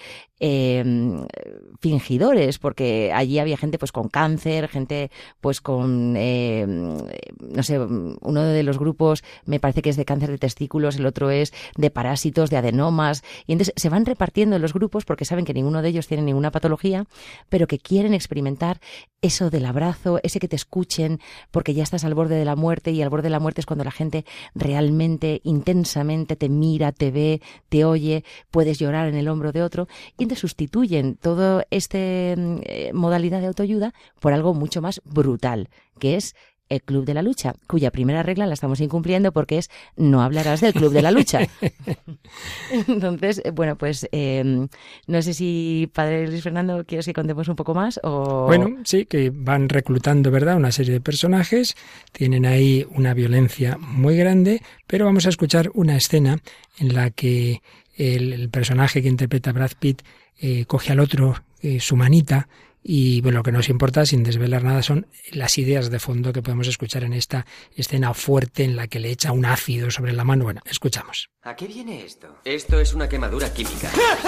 fingidores, porque allí había gente pues con cáncer, gente pues con, no sé, uno de los grupos me parece que es de cáncer de testículos, el otro es de parásitos, de adenomas, y entonces se van repartiendo en los grupos porque saben que ninguno de ellos tiene ninguna patología, pero que quieren experimentar eso del abrazo, ese que te escuchen, porque ya estás al borde de la muerte, y al borde de la muerte es cuando la gente realmente, intensamente te mira, te ve, te oye, puedes llorar en el hombro de otro, y entonces sustituyen toda esta modalidad de autoayuda por algo mucho más brutal, que es el Club de la Lucha, cuya primera regla la estamos incumpliendo porque es no hablarás del Club de la Lucha. Entonces, bueno, pues no sé si Padre Luis Fernando quieres que contemos un poco más o... Bueno, sí, que van reclutando, ¿verdad?, una serie de personajes, tienen ahí una violencia muy grande, pero vamos a escuchar una escena en la que el personaje que interpreta Brad Pitt coge al otro su manita. Y bueno, lo que nos importa, sin desvelar nada, son las ideas de fondo que podemos escuchar en esta escena fuerte en la que le echa un ácido sobre la mano. Bueno, escuchamos. ¿A qué viene esto? Esto es una quemadura química.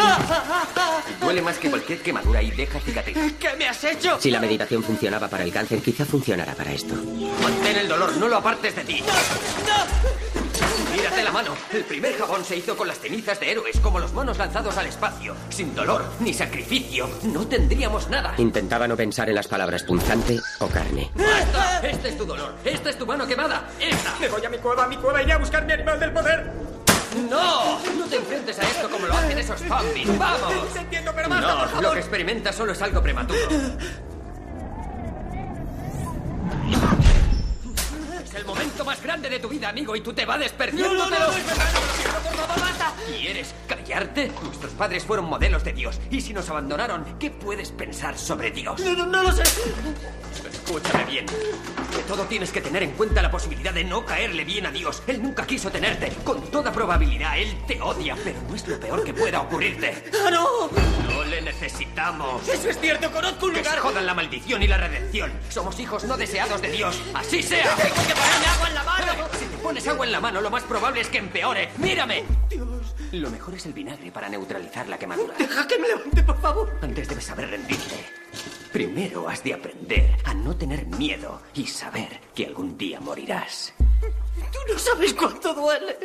Duele más que cualquier quemadura y deja cicatriz. ¿Qué me has hecho? Si la meditación funcionaba para el cáncer, quizá funcionará para esto. Mantén el dolor, no lo apartes de ti. ¡No! Mírate la mano. El primer jabón se hizo con las cenizas de héroes, como los monos lanzados al espacio. Sin dolor ni sacrificio, no tendríamos nada. Intentaba no pensar en las palabras punzante o carne. ¡Basta! Este es tu dolor. Esta es tu mano quemada. ¡Esta! Me voy a mi cueva, iré a buscar mi animal del poder. ¡No! No te enfrentes a esto como lo hacen esos zombies. ¡Vamos! Te entiendo, pero basta, por favor. Lo que experimentas solo es algo prematuro. Es el momento más grande de tu vida, amigo, y tú te vas perdiéndotelo. No, por favor, basta. ¿Quieres callarte? Nuestros padres fueron modelos de Dios, y si nos abandonaron, ¿qué puedes pensar sobre Dios? No lo sé. Escúchame bien. De todo tienes que tener en cuenta la posibilidad de no caerle bien a Dios. Él nunca quiso tenerte. Con toda probabilidad, Él te odia, pero no es lo peor que pueda ocurrirte. ¡Ah, no! No le necesitamos. Eso es cierto, conozco un Que lugar. se jodan la maldición y la redención. Somos hijos no deseados de Dios. ¡Así sea! ¡Tengo que ponerme agua en la mano! Si te pones agua en la mano, lo más probable es que empeore. ¡Mírame! Dios. Lo mejor es el vinagre para neutralizar la quemadura. Deja que me levante, por favor. Antes debes saber rendirte. Primero has de aprender a no tener miedo y saber que algún día morirás. Tú no sabes cuánto duele.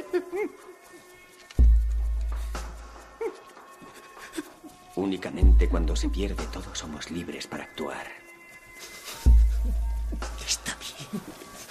Únicamente cuando se pierde todo somos libres para actuar. Está bien.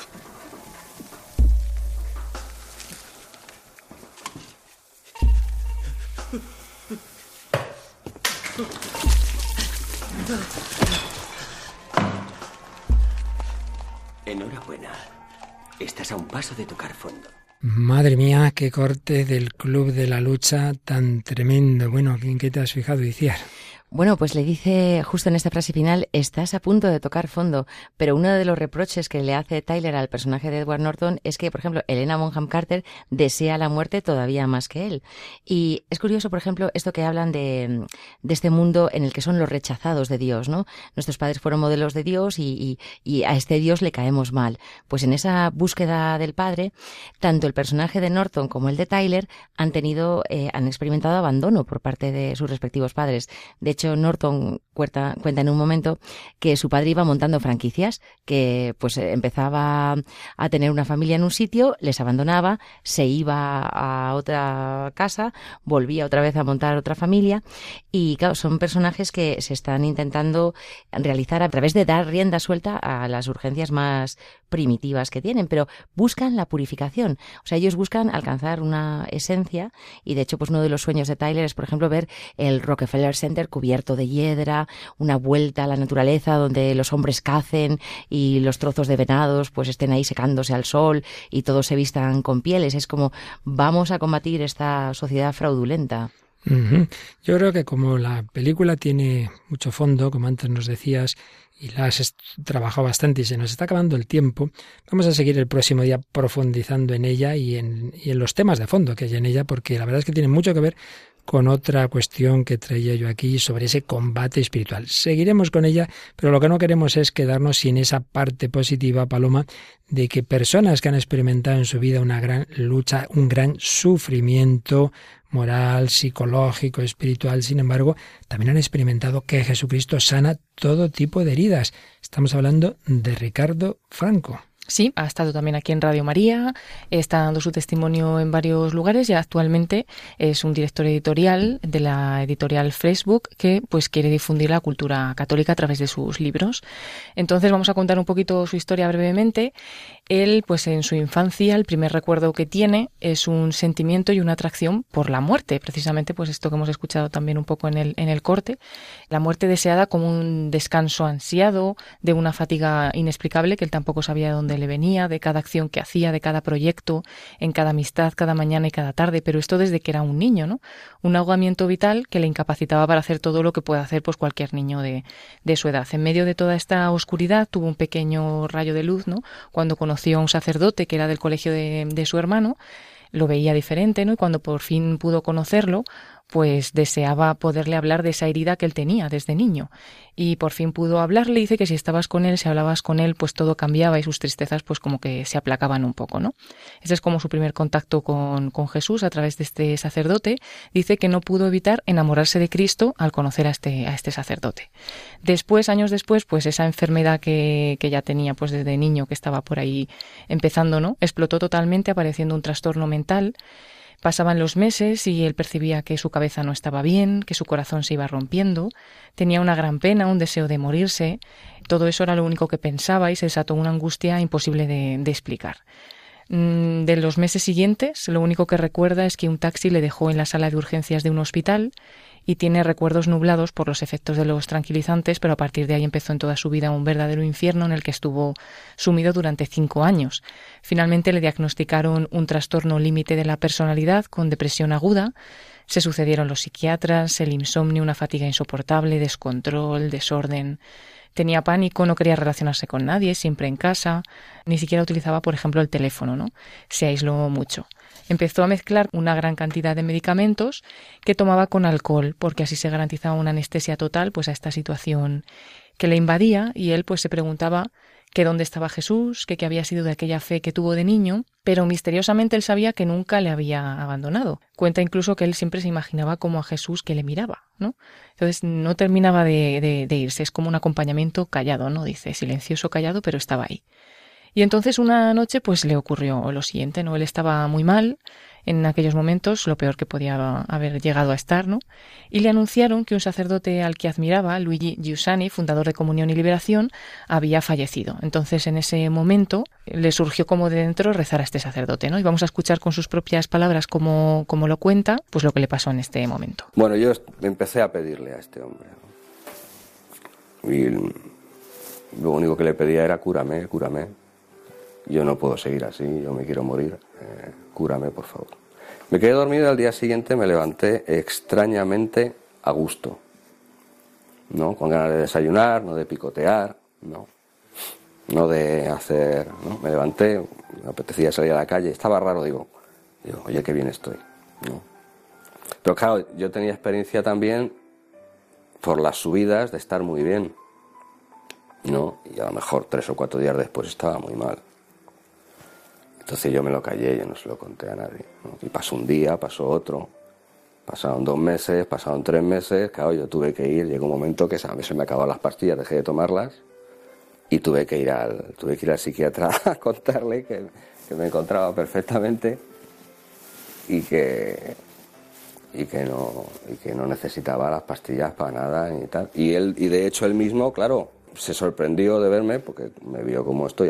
Enhorabuena. Estás a un paso de tocar fondo. Madre mía, qué corte del Club de la Lucha tan tremendo. Bueno, ¿en qué te has fijado, Iciar? Bueno, pues le dice justo en esta frase final, estás a punto de tocar fondo, pero uno de los reproches que le hace Tyler al personaje de Edward Norton es que, por ejemplo, Helena Bonham Carter desea la muerte todavía más que él. Y es curioso, por ejemplo, esto que hablan de este mundo en el que son los rechazados de Dios, ¿no? Nuestros padres fueron modelos de Dios y a este Dios le caemos mal. Pues en esa búsqueda del padre, tanto el personaje de Norton como el de Tyler han experimentado abandono por parte de sus respectivos padres. De hecho, Norton cuenta en un momento que su padre iba montando franquicias, que pues empezaba a tener una familia en un sitio, les abandonaba, se iba a otra casa, volvía otra vez a montar otra familia y claro, son personajes que se están intentando realizar a través de dar rienda suelta a las urgencias más primitivas que tienen, pero buscan la purificación. O sea, ellos buscan alcanzar una esencia y, de hecho, pues uno de los sueños de Tyler es, por ejemplo, ver el Rockefeller Center cubierto de hiedra, una vuelta a la naturaleza donde los hombres cacen y los trozos de venados pues estén ahí secándose al sol y todos se vistan con pieles. Es como, vamos a combatir esta sociedad fraudulenta. Uh-huh. Yo creo que como la película tiene mucho fondo, como antes nos decías, y la has trabajado bastante y se nos está acabando el tiempo, vamos a seguir el próximo día profundizando en ella y en los temas de fondo que hay en ella, porque la verdad es que tiene mucho que ver con otra cuestión que traía yo aquí sobre ese combate espiritual. Seguiremos con ella, pero lo que no queremos es quedarnos sin esa parte positiva, Paloma, de que personas que han experimentado en su vida una gran lucha, un gran sufrimiento moral, psicológico, espiritual, sin embargo, también han experimentado que Jesucristo sana todo tipo de heridas. Estamos hablando de Ricardo Franco. Sí, ha estado también aquí en Radio María, está dando su testimonio en varios lugares y actualmente es un director editorial de la editorial Facebook que pues quiere difundir la cultura católica a través de sus libros. Entonces vamos a contar un poquito su historia brevemente. Él, pues en su infancia, el primer recuerdo que tiene es un sentimiento y una atracción por la muerte, precisamente pues esto que hemos escuchado también un poco en el corte, la muerte deseada como un descanso ansiado, de una fatiga inexplicable que él tampoco sabía de dónde le venía, de cada acción que hacía, de cada proyecto, en cada amistad, cada mañana y cada tarde, pero esto desde que era un niño, ¿no? Un ahogamiento vital que le incapacitaba para hacer todo lo que puede hacer pues cualquier niño de su edad. En medio de toda esta oscuridad tuvo un pequeño rayo de luz, ¿no? Cuando conoció a un sacerdote que era del colegio de su hermano, lo veía diferente, ¿no? Y cuando por fin pudo conocerlo, pues deseaba poderle hablar de esa herida que él tenía desde niño. Y por fin pudo hablarle, dice que si estabas con él, si hablabas con él, pues todo cambiaba y sus tristezas pues como que se aplacaban un poco, ¿no? Ese es como su primer contacto con Jesús a través de este sacerdote. Dice que no pudo evitar enamorarse de Cristo al conocer a este sacerdote. Después, años después, pues esa enfermedad que ya tenía pues desde niño, que estaba por ahí empezando, ¿no? Explotó totalmente, apareciendo un trastorno mental. Pasaban los meses y él percibía que su cabeza no estaba bien, que su corazón se iba rompiendo, tenía una gran pena, un deseo de morirse. Todo eso era lo único que pensaba y se desató una angustia imposible de explicar. De los meses siguientes, lo único que recuerda es que un taxi le dejó en la sala de urgencias de un hospital y tiene recuerdos nublados por los efectos de los tranquilizantes, pero a partir de ahí empezó en toda su vida un verdadero infierno en el que estuvo sumido durante 5 años. Finalmente le diagnosticaron un trastorno límite de la personalidad con depresión aguda. Se sucedieron los psiquiatras, el insomnio, una fatiga insoportable, descontrol, desorden. Tenía pánico, no quería relacionarse con nadie, siempre en casa, ni siquiera utilizaba, por ejemplo, el teléfono, ¿no? Se aisló mucho. Empezó a mezclar una gran cantidad de medicamentos que tomaba con alcohol, porque así se garantizaba una anestesia total pues a esta situación que le invadía, y él pues se preguntaba que dónde estaba Jesús, que qué había sido de aquella fe que tuvo de niño, pero misteriosamente él sabía que nunca le había abandonado. Cuenta incluso que él siempre se imaginaba como a Jesús que le miraba, ¿no? Entonces no terminaba de irse, es como un acompañamiento callado, ¿no? Dice, silencioso, callado, pero estaba ahí. Y entonces una noche pues le ocurrió lo siguiente, ¿no? Él estaba muy mal en aquellos momentos, lo peor que podía haber llegado a estar, ¿no? Y le anunciaron que un sacerdote al que admiraba, Luigi Giussani, fundador de Comunión y Liberación, había fallecido. Entonces en ese momento le surgió como de dentro rezar a este sacerdote, ¿no? Y vamos a escuchar con sus propias palabras cómo lo cuenta, pues lo que le pasó en este momento. Bueno, yo empecé a pedirle a este hombre, ¿no? Y lo único que le pedía era cúrame, cúrame. Yo no puedo seguir así, yo me quiero morir, cúrame por favor. Me quedé dormido y al día siguiente me levanté extrañamente a gusto, ¿no? Con ganas de desayunar, no de picotear, no de hacer, ¿no? Me levanté, me apetecía salir a la calle, estaba raro, digo, oye, qué bien estoy, ¿no? Pero claro, yo tenía experiencia también por las subidas de estar muy bien, ¿no? Y a lo mejor 3 o 4 días después estaba muy mal. Entonces yo me lo callé, yo no se lo conté a nadie, ¿no? Y pasó un día, pasó otro, pasaron 2 meses, pasaron 3 meses, claro, yo tuve que ir, llegó un momento que se me acabaron las pastillas, dejé de tomarlas y tuve que ir al psiquiatra a contarle que me encontraba perfectamente y que no necesitaba las pastillas para nada ni tal. Y de hecho él mismo, claro, se sorprendió de verme porque me vio como estoy ahora.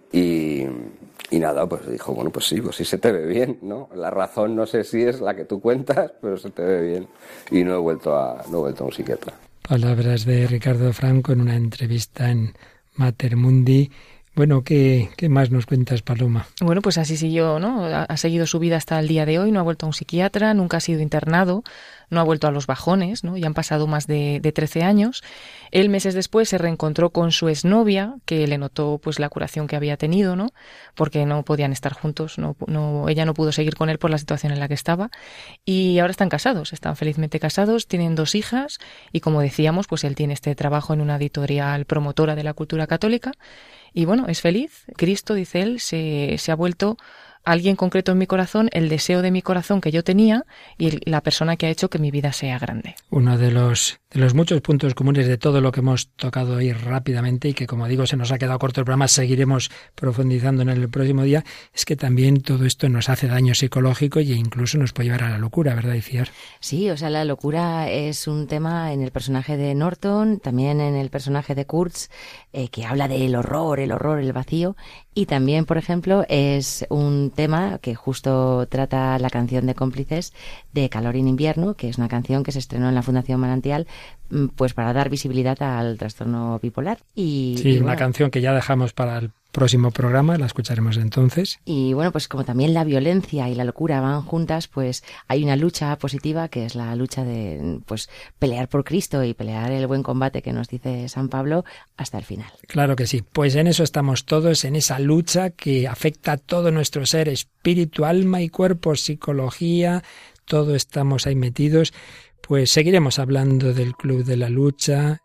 Y nada, pues dijo, bueno, pues sí se te ve bien, ¿no? La razón no sé si es la que tú cuentas, pero se te ve bien. Y no he vuelto a un psiquiatra. Palabras de Ricardo Franco en una entrevista en Mater Mundi. Bueno, ¿qué más nos cuentas, Paloma? Bueno, pues así siguió, ¿no? Ha seguido su vida hasta el día de hoy, no ha vuelto a un psiquiatra, nunca ha sido internado, no ha vuelto a los bajones, ¿no? Ya han pasado más de 13 años. Él, meses después, se reencontró con su exnovia, que le notó pues la curación que había tenido, ¿no? Porque no podían estar juntos, ella no pudo seguir con él por la situación en la que estaba. Y ahora están casados, están felizmente casados, tienen 2 hijas y, como decíamos, pues él tiene este trabajo en una editorial promotora de la cultura católica. Y bueno, es feliz. Cristo, dice él, se ha vuelto alguien concreto en mi corazón, el deseo de mi corazón que yo tenía y la persona que ha hecho que mi vida sea grande. Uno de los muchos puntos comunes de todo lo que hemos tocado hoy rápidamente y que, como digo, se nos ha quedado corto el programa, seguiremos profundizando en el próximo día, es que también todo esto nos hace daño psicológico e incluso nos puede llevar a la locura, ¿verdad, Iciar? Sí, o sea, la locura es un tema en el personaje de Norton, también en el personaje de Kurtz, que habla del horror, el vacío, y también, por ejemplo, es un tema que justo trata la canción de Cómplices de Calor en invierno, que es una canción que se estrenó en la Fundación Manantial pues para dar visibilidad al trastorno bipolar. Y una bueno, canción que ya dejamos para el próximo programa, la escucharemos entonces. Y bueno, pues como también la violencia y la locura van juntas, pues hay una lucha positiva que es la lucha de pues pelear por Cristo y pelear el buen combate que nos dice San Pablo hasta el final. Claro que sí, pues en eso estamos todos, en esa lucha que afecta a todo nuestro ser, espíritu, alma y cuerpo, psicología, todo estamos ahí metidos. Pues seguiremos hablando del Club de la Lucha,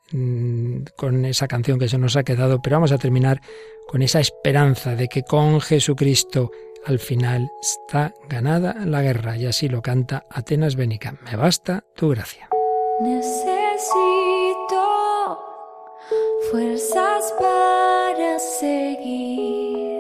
con esa canción que se nos ha quedado, pero vamos a terminar con esa esperanza de que con Jesucristo al final está ganada la guerra, y así lo canta Atenas Bénica. Me basta tu gracia. Necesito fuerzas para seguir.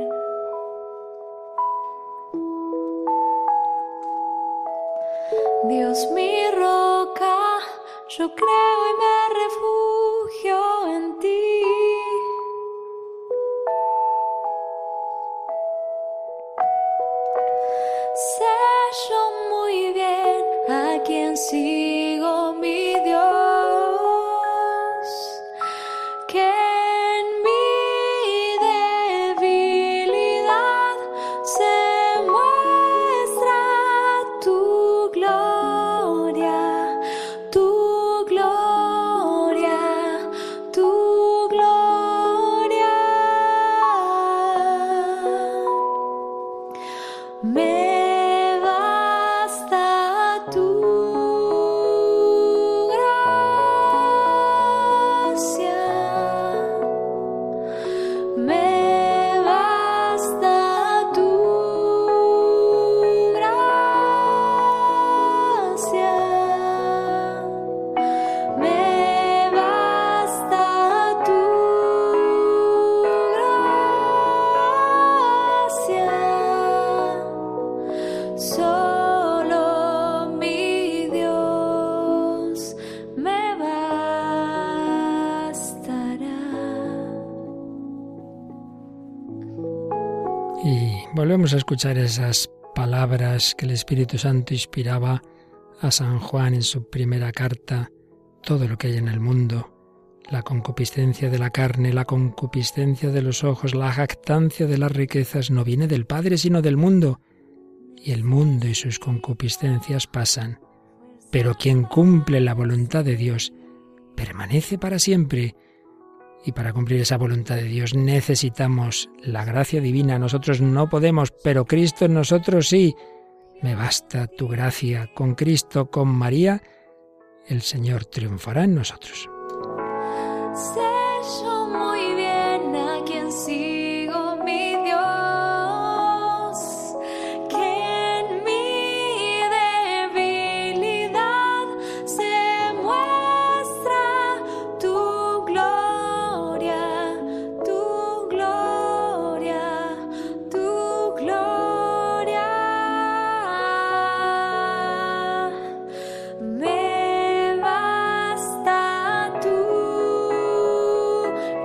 Dios, mi roca, yo creo y me refugio en ti. Sé yo muy bien a quién sigo, mi Dios, que en mi debilidad se muestra tu gloria, tu gloria, tu gloria. Me basta tu gracia, me basta tu gracia, me basta tu gracia. Solo mi Dios me bastará. Y volvemos a escuchar esas palabras que el Espíritu Santo inspiraba a San Juan en su primera carta. Todo lo que hay en el mundo, la concupiscencia de la carne, la concupiscencia de los ojos, la jactancia de las riquezas, no viene del Padre sino del mundo. Y el mundo y sus concupiscencias pasan. Pero quien cumple la voluntad de Dios permanece para siempre. Y para cumplir esa voluntad de Dios necesitamos la gracia divina. Nosotros no podemos, pero Cristo en nosotros sí. Me basta tu gracia. Con Cristo, con María, el Señor triunfará en nosotros. Sé yo muy bien a quién sigo, mi Dios, que en mi debilidad se muestra tu gloria, tu gloria, tu gloria. Me basta tu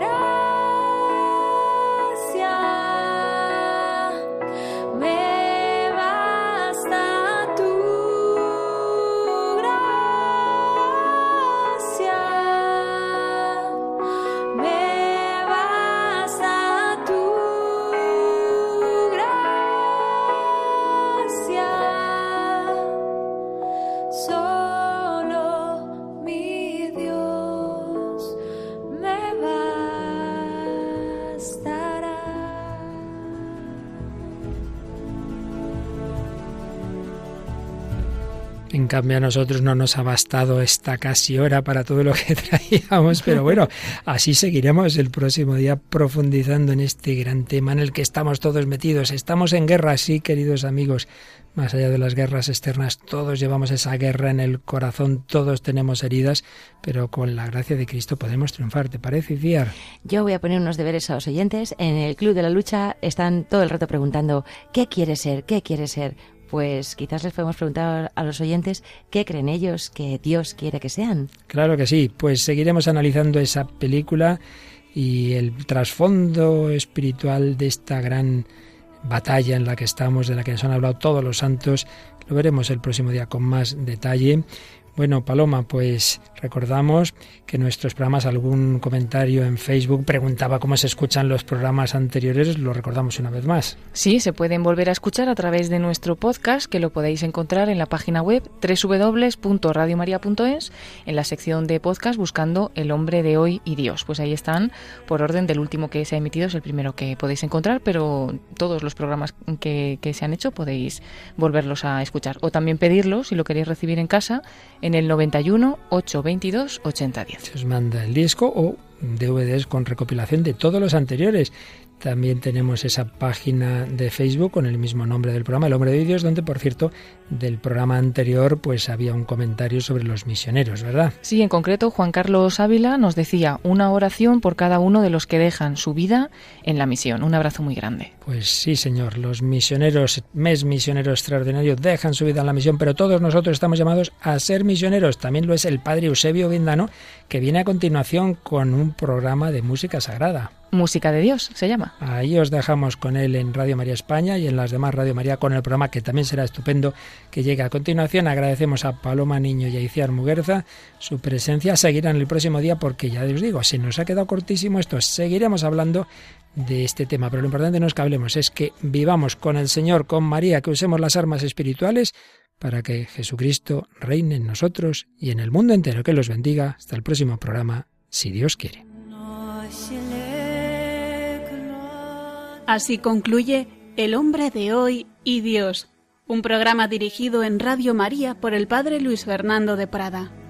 En cambio a nosotros no nos ha bastado esta casi hora para todo lo que traíamos, pero bueno, así seguiremos el próximo día profundizando en este gran tema en el que estamos todos metidos. Estamos en guerra, sí, queridos amigos. Más allá de las guerras externas, todos llevamos esa guerra en el corazón, todos tenemos heridas, pero con la gracia de Cristo podemos triunfar. ¿Te parece, Iciar? Yo voy a poner unos deberes a los oyentes. En el Club de la Lucha están todo el rato preguntando ¿qué quieres ser? ¿Qué quieres ser? Pues quizás les podemos preguntar a los oyentes qué creen ellos que Dios quiere que sean. Claro que sí, pues seguiremos analizando esa película y el trasfondo espiritual de esta gran batalla en la que estamos, de la que nos han hablado todos los santos. Lo veremos el próximo día con más detalle. Bueno, Paloma, pues recordamos que nuestros programas, algún comentario en Facebook preguntaba cómo se escuchan los programas anteriores, lo recordamos una vez más. Sí, se pueden volver a escuchar a través de nuestro podcast, que lo podéis encontrar en la página web www.radiomaria.es, en la sección de podcast buscando El hombre de hoy y Dios. Pues ahí están, por orden del último que se ha emitido, es el primero que podéis encontrar, pero todos los programas que se han hecho podéis volverlos a escuchar. O también pedirlos, si lo queréis recibir en casa, en el 91 822 8010. Se os manda el disco o DVDs con recopilación de todos los anteriores. También tenemos esa página de Facebook con el mismo nombre del programa, El hombre de Dios, donde, por cierto, del programa anterior pues había un comentario sobre los misioneros, ¿verdad? Sí, en concreto Juan Carlos Ávila nos decía una oración por cada uno de los que dejan su vida en la misión. Un abrazo muy grande. Pues sí, señor, los misioneros, mes misionero extraordinario, dejan su vida en la misión, pero todos nosotros estamos llamados a ser misioneros. También lo es el padre Eusebio Vindano, que viene a continuación con un programa de música sagrada. Música de Dios se llama. Ahí os dejamos con él en Radio María España y en las demás Radio María con el programa, que también será estupendo, que llega a continuación. Agradecemos a Paloma Niño y a Iciar Muguerza su presencia. Seguirán el próximo día porque, ya os digo, se nos ha quedado cortísimo esto. Seguiremos hablando de este tema, pero lo importante no es que hablemos, es que vivamos con el Señor, con María, que usemos las armas espirituales para que Jesucristo reine en nosotros y en el mundo entero. Que los bendiga. Hasta el próximo programa, si Dios quiere. Así concluye El hombre de hoy y Dios, un programa dirigido en Radio María por el padre Luis Fernando de Prada.